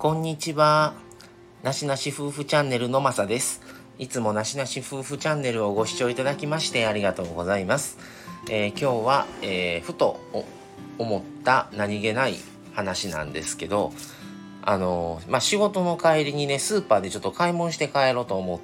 こんにちは。なしなし夫婦チャンネルのまさです。いつもなしなし夫婦チャンネルをご視聴いただきましてありがとうございます。今日は、ふと思った何気ない話なんですけど、仕事の帰りにね、スーパーでちょっと買い物して帰ろうと思って、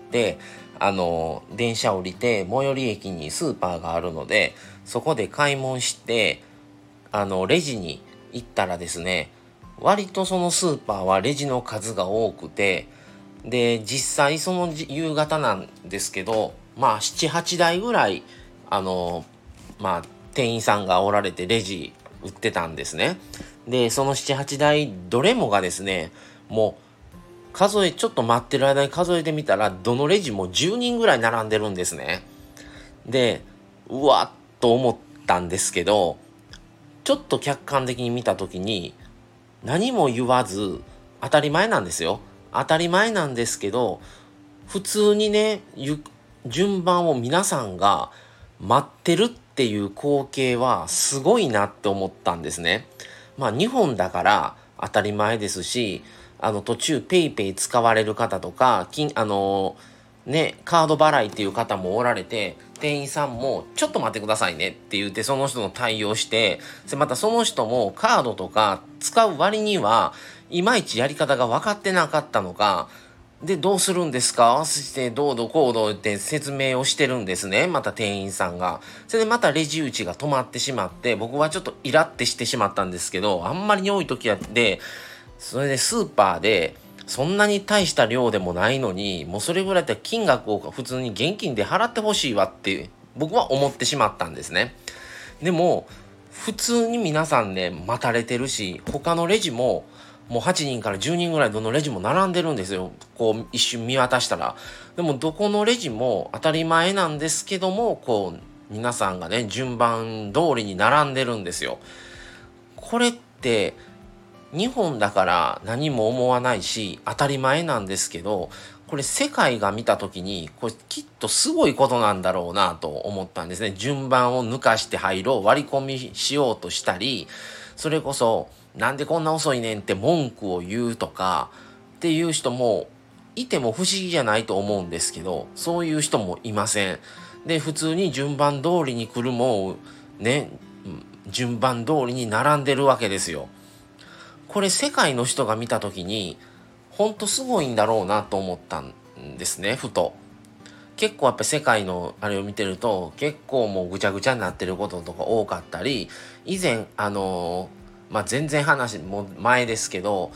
電車降りて最寄り駅にスーパーがあるので、そこで買い物して、レジに行ったらですね、割とそのスーパーはレジの数が多くて、で、実際その夕方なんですけど、7、8台ぐらい、あの、店員さんがおられてレジ売ってたんですね。で、その7、8台どれもがですね、もうちょっと待ってる間に数えてみたら、どのレジも10人ぐらい並んでるんですね。で、うわっと思ったんですけど、ちょっと客観的に見たときに、何も言わず、当たり前なんですよ。当たり前なんですけど、普通にね、順番を皆さんが待ってるっていう光景はすごいなって思ったんですね。日本だから当たり前ですし、途中ペイペイ使われる方とか、カード払いっていう方もおられて、店員さんもちょっと待ってくださいねって言ってその人の対応して、またその人もカードとか使う割にはいまいちやり方が分かってなかったのか、で、どうするんですかそしてどうどこうどうって説明をしてるんですね。また店員さんが。それでまたレジ打ちが止まってしまって、僕はちょっとイラってしてしまったんですけど、あんまりに多い時で、それでスーパーで、そんなに大した量でもないのに、もうそれぐらいだったら金額を普通に現金で払ってほしいわって僕は思ってしまったんですね。でも、普通に皆さんね、待たれてるし、他のレジも、もう8人から10人ぐらいどのレジも並んでるんですよ。こう一瞬見渡したら。でもどこのレジも当たり前なんですけども、皆さんがね、順番通りに並んでるんですよ。これって日本だから何も思わないし当たり前なんですけど、これ世界が見た時にこれきっとすごいことなんだろうなと思ったんですね。順番を抜かして入ろう、割り込みしようとしたり、それこそなんでこんな遅いねんって文句を言うとかっていう人もいても不思議じゃないと思うんですけど、そういう人もいません。で、普通に順番通りに来るもね、順番通りに並んでるわけですよ。これ世界の人が見た時にほんとすごいんだろうなと思ったんですね、ふと。結構やっぱ世界のあれを見てると結構もうぐちゃぐちゃになってることとか多かったり、以前全然話も前ですけど、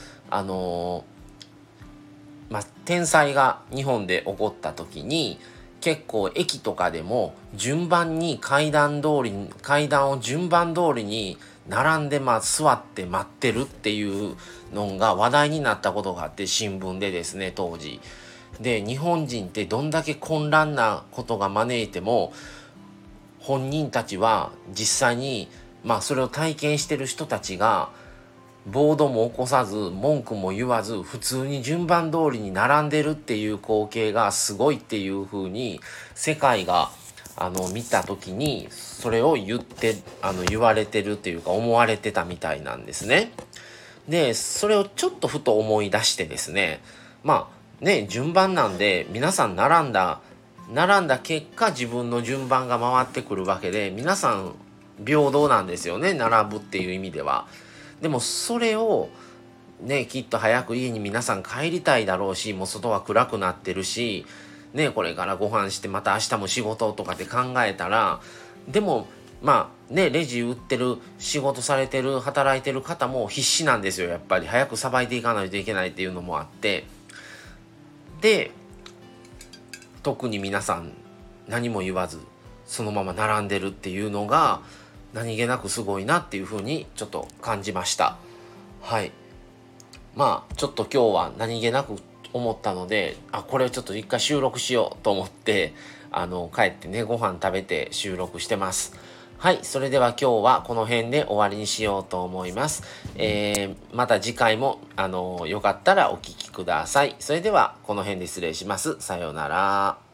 天災が日本で起こった時に結構駅とかでも順番に階段を順番通りに並んで座って待ってるっていうのが話題になったことがあって、新聞でですね、当時で、日本人ってどんだけ混乱なことが招いても本人たちは実際にそれを体験してる人たちが暴動も起こさず文句も言わず普通に順番通りに並んでるっていう光景がすごいっていう風に世界が見た時にそれを言われてるっていうか思われてたみたいなんですね。で、それをちょっとふと思い出してですね、順番なんで皆さん並んだ結果自分の順番が回ってくるわけで、皆さん平等なんですよね、並ぶっていう意味では。でもそれをね、きっと早く家に皆さん帰りたいだろうし、もう外は暗くなってるしね、これからご飯してまた明日も仕事とかって考えたら、でもレジ売ってる仕事されてる働いてる方も必死なんですよ。やっぱり早くさばいていかないといけないっていうのもあって、で特に皆さん何も言わずそのまま並んでるっていうのが何気なくすごいなっていうふうにちょっと感じました。はい。ちょっと今日は何気なく思ったので、これをちょっと一回収録しようと思って帰ってね、ご飯食べて収録してます。はい、それでは今日はこの辺で終わりにしようと思います。また次回もよかったらお聞きください。それではこの辺で失礼します。さようなら。